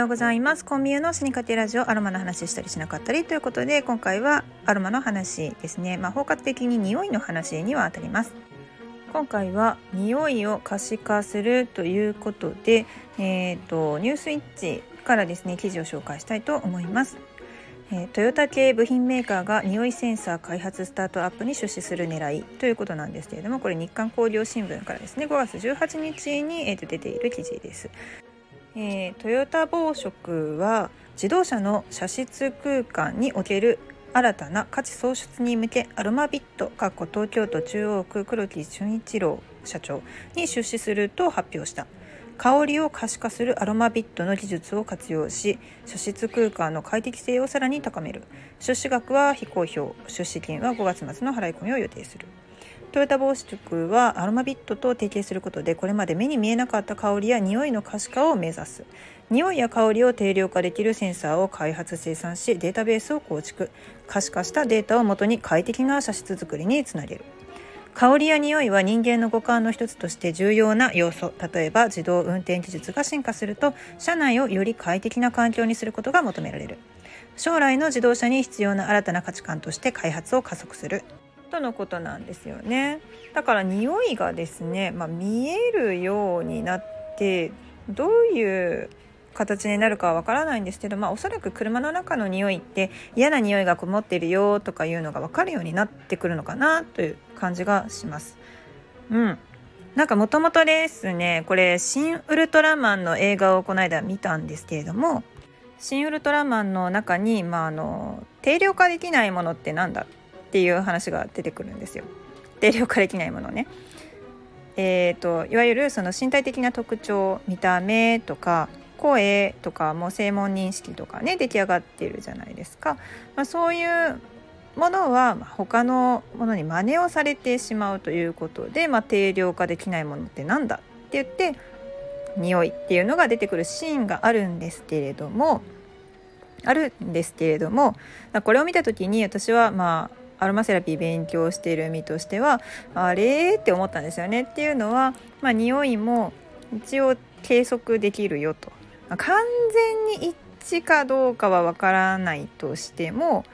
ようございます。コンビニの死にかけラジオ、アロマの話したりしなかったりということで、今回はアロマの話ですね。包括的に匂いの話には当たります。今回は匂いを可視化するということで、ニュースイッチからですね記事を紹介したいと思います。トヨタ系部品メーカーが匂いセンサー開発スタートアップに出資する狙いということなんですけれども、これ日刊工業新聞からですね5月18日に出ている記事です。トヨタ紡織は自動車の車室空間における新たな価値創出に向けアロマビット東京都中央区黒木俊一郎社長に出資すると発表した。香りを可視化するアロマビットの技術を活用し、車室空間の快適性をさらに高める。出資額は非公表、出資金は5月末の払い込みを予定する。トヨタ紡織はアロマビットと提携することで、これまで目に見えなかった香りや匂いの可視化を目指す。匂いや香りを定量化できるセンサーを開発生産し、データベースを構築。可視化したデータをもとに快適な車室作りにつなげる。香りや匂いは人間の五感の一つとして重要な要素。例えば自動運転技術が進化すると、車内をより快適な環境にすることが求められる。将来の自動車に必要な新たな価値観として開発を加速するとのことなんですよね。だから匂いがですね、見えるようになって、どういう形になるかはわからないんですけど、おそらく車の中の匂いって嫌な匂いがこもっているよとかいうのが分かるようになってくるのかなという感じがします。なんかもともとですね、これ新ウルトラマンの映画をこの間見たんですけれども、新ウルトラマンの中に、定量化できないものってなんだっていう話が出てくるんですよ。定量化できないものね。いわゆるその身体的な特徴、見た目とか声とかも声紋認識とかね出来上がっているじゃないですか。そういうものは他のものに真似をされてしまうということで、定量化できないものってなんだって言って匂いっていうのが出てくるシーンがあるんですけれども、これを見た時に私はアロマセラピー勉強している身としてはあれって思ったんですよね。っていうのは、匂いも一応計測できるよと。完全に一致かどうかはわからないとしても、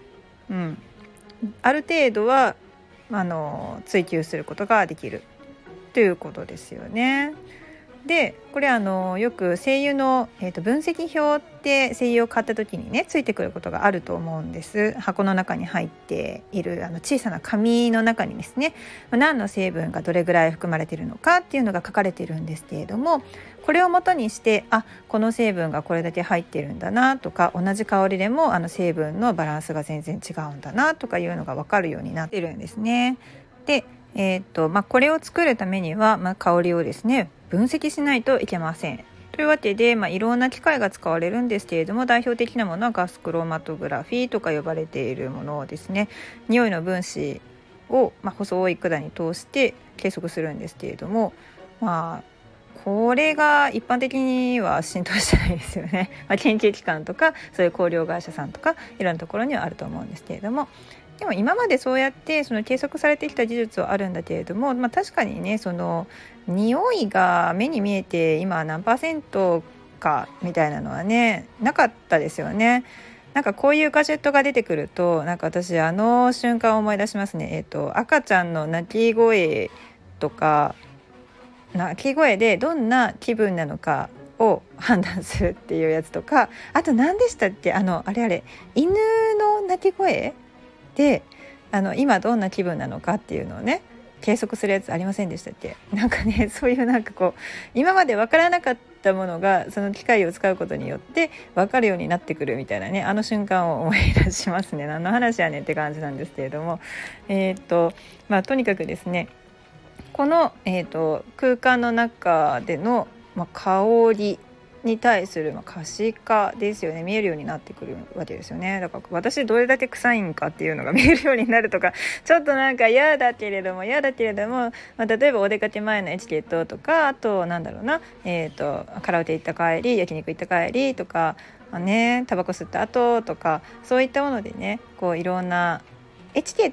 ある程度は追求することができるということですよね。でこれよく精油の、分析表って精油を買った時にねついてくることがあると思うんです。箱の中に入っている小さな紙の中にですね、何の成分がどれぐらい含まれているのかっていうのが書かれているんですけれども、これをもとにしてこの成分がこれだけ入っているんだなとか、同じ香りでも成分のバランスが全然違うんだなとかいうのが分かるようになっているんですね。でこれを作るためには、香りをですね分析しないといけません。というわけで、いろんな機械が使われるんですけれども、代表的なものはガスクロマトグラフィーとか呼ばれているものをですね、匂いの分子を、細い管に通して計測するんですけれども、これが一般的には浸透してないですよね。研究機関とかそういう香料会社さんとかいろんなところにはあると思うんですけれども、でも今までそうやってその計測されてきた技術はあるんだけれども、確かにね、その匂いが目に見えて今何%かみたいなのはねなかったですよね。なんかこういうガジェットが出てくると、なんか私瞬間を思い出しますね。赤ちゃんの泣き声とか、鳴き声でどんな気分なのかを判断するっていうやつとか、あと何でしたっけ、犬の鳴き声で今どんな気分なのかっていうのをね計測するやつありませんでしたっけ。なんかね、そういう今まで分からなかったものがその機械を使うことによって分かるようになってくるみたいなね、瞬間を思い出しますね。何の話やねんって感じなんですけれども、とにかくですね、この、空間の中での、香りに対する可視化ですよね。見えるようになってくるわけですよね。だから私どれだけ臭いんかっていうのが見えるようになるとか、ちょっとなんか嫌だけれども、例えばお出かけ前のエチケットとか、あとカラオケ行った帰り、焼肉行った帰りとかタバコ吸った後とか、そういったものでねいろんなエチケット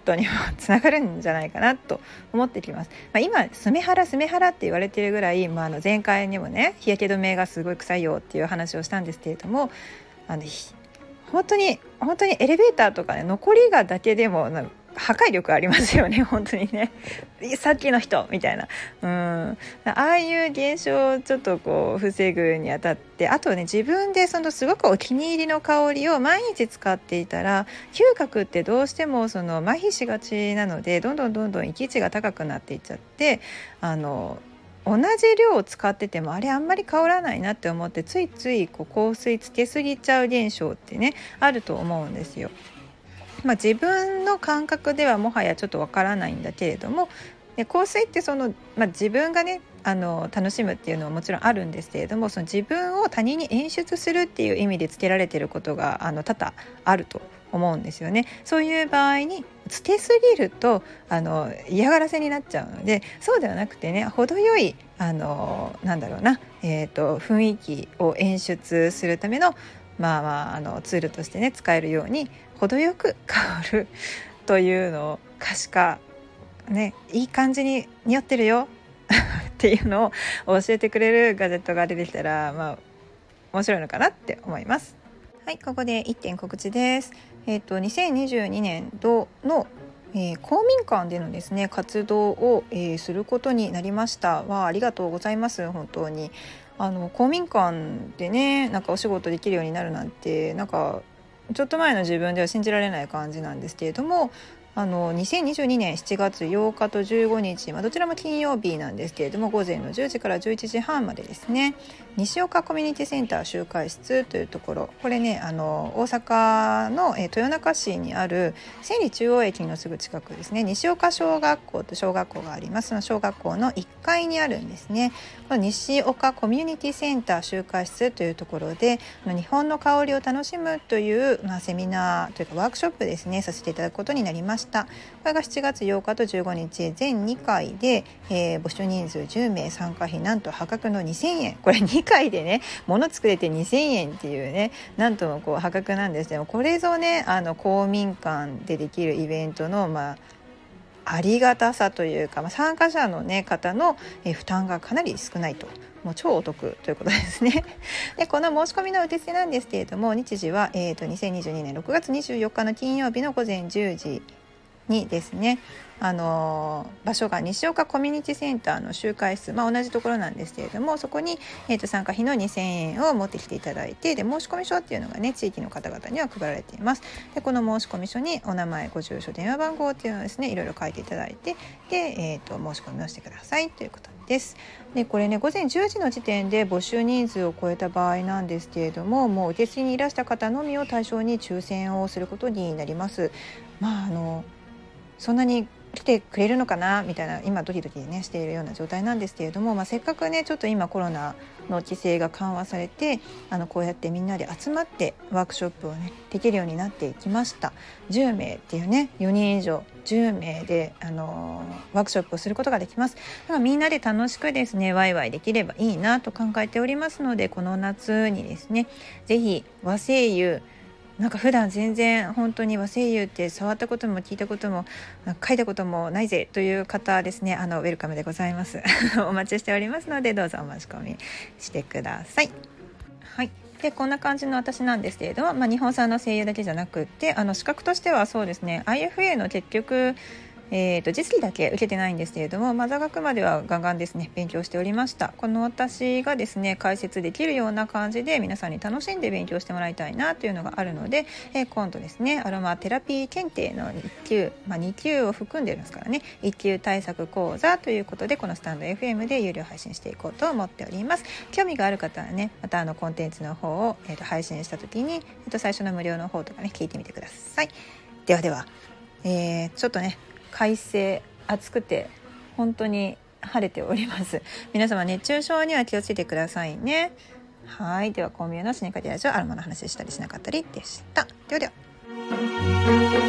トにもつながるんじゃないかなと思ってきます。今スメハラって言われてるぐらい、前回にもね日焼け止めがすごい臭いよっていう話をしたんですけれども、本当にエレベーターとかね、残りがだけでも破壊力ありますよね、本当にね。さっきの人みたいな、ああいう現象をちょっと防ぐにあたって、あとね、自分ですごくお気に入りの香りを毎日使っていたら、嗅覚ってどうしても麻痺しがちなので、どんどん域値が高くなっていっちゃって、同じ量を使っててもあんまり香らないなって思って、ついつい香水つけすぎちゃう現象ってねあると思うんですよ。自分の感覚ではもはやちょっとわからないんだけれども、香水って自分がね楽しむっていうのはもちろんあるんですけれども、自分を他人に演出するっていう意味でつけられていることが多々あると思うんですよね。そういう場合につけすぎると嫌がらせになっちゃうので、そうではなくてね、程よい雰囲気を演出するためのツールとしてね使えるように、程よく香るというのを可視化ね、いい感じに匂ってるよっていうのを教えてくれるガジェットが出てきたら面白いのかなって思います。はい、ここで1点告知です。2022年度の公民館でのですね活動を、することになりました。ありがとうございます。本当に公民館でねお仕事できるようになるなんて、ちょっと前の自分では信じられない感じなんですけれども、2022年7月8日と15日、どちらも金曜日なんですけれども、午前の10時から11時半までですね、西岡コミュニティセンター集会室というところ、これね大阪の、豊中市にある千里中央駅のすぐ近くですね、西岡小学校と小学校があります。その小学校の1階にあるんですね。この西岡コミュニティセンター集会室というところで、日本の香りを楽しむという、セミナーというかワークショップですねさせていただくことになりました。これが7月8日と15日全2回で、募集人数10名、参加費なんと破格の2000円。これ2回でね物作れて2000円っていうね、なんとも破格なんですけども、これぞね公民館でできるイベントのありがたさというか、参加者の、方の負担がかなり少ないと、もう超お得ということですね。でこの申し込みの受付なんですけれども、日時は、2022年6月24日の金曜日の午前10時にですね、場所が西岡コミュニティセンターの集会室、同じところなんですけれども、そこに、参加費の2000円を持ってきていただいて、で申し込み書っていうのがね地域の方々には配られています。でこの申し込み書にお名前、ご住所、電話番号っていうのをですねいろいろ書いていただいて、で、申し込みをしてくださいということです。でこれね午前10時の時点で募集人数を超えた場合なんですけれども、もう受付にいらした方のみを対象に抽選をすることになります。そんなに来てくれるのかなみたいな、今ドキドキねしているような状態なんですけれども、せっかくねちょっと今コロナの規制が緩和されて、こうやってみんなで集まってワークショップをねできるようになっていきました。10名っていうね、4人以上10名で、ワークショップをすることができます。だからみんなで楽しくですねワイワイできればいいなと考えておりますので、この夏にですねぜひ和精油、普段全然本当に和精油って触ったことも聞いたことも書いたこともないぜという方ですね、ウェルカムでございますお待ちしておりますので、どうぞお申し込みしてください。はい、でこんな感じの私なんですけれども、日本産の精油だけじゃなくって資格としてはそうですね IFA の結局実技だけ受けてないんですけれども、座学まではガンガンですね勉強しておりました。この私がですね解説できるような感じで皆さんに楽しんで勉強してもらいたいなというのがあるので、今度ですねアロマテラピー検定の1級、2級を含んでいますからね、1級対策講座ということで、このスタンド FM で有料配信していこうと思っております。興味がある方はね、またコンテンツの方を、配信した時に、最初の無料の方とかね聞いてみてください。ではでは、ちょっとね快晴、暑くて本当に晴れております。皆様熱中症には気をつけてくださいね。はい、ではコンビニのシネカティラジオ、アロマの話したりしなかったりでした。ではでは。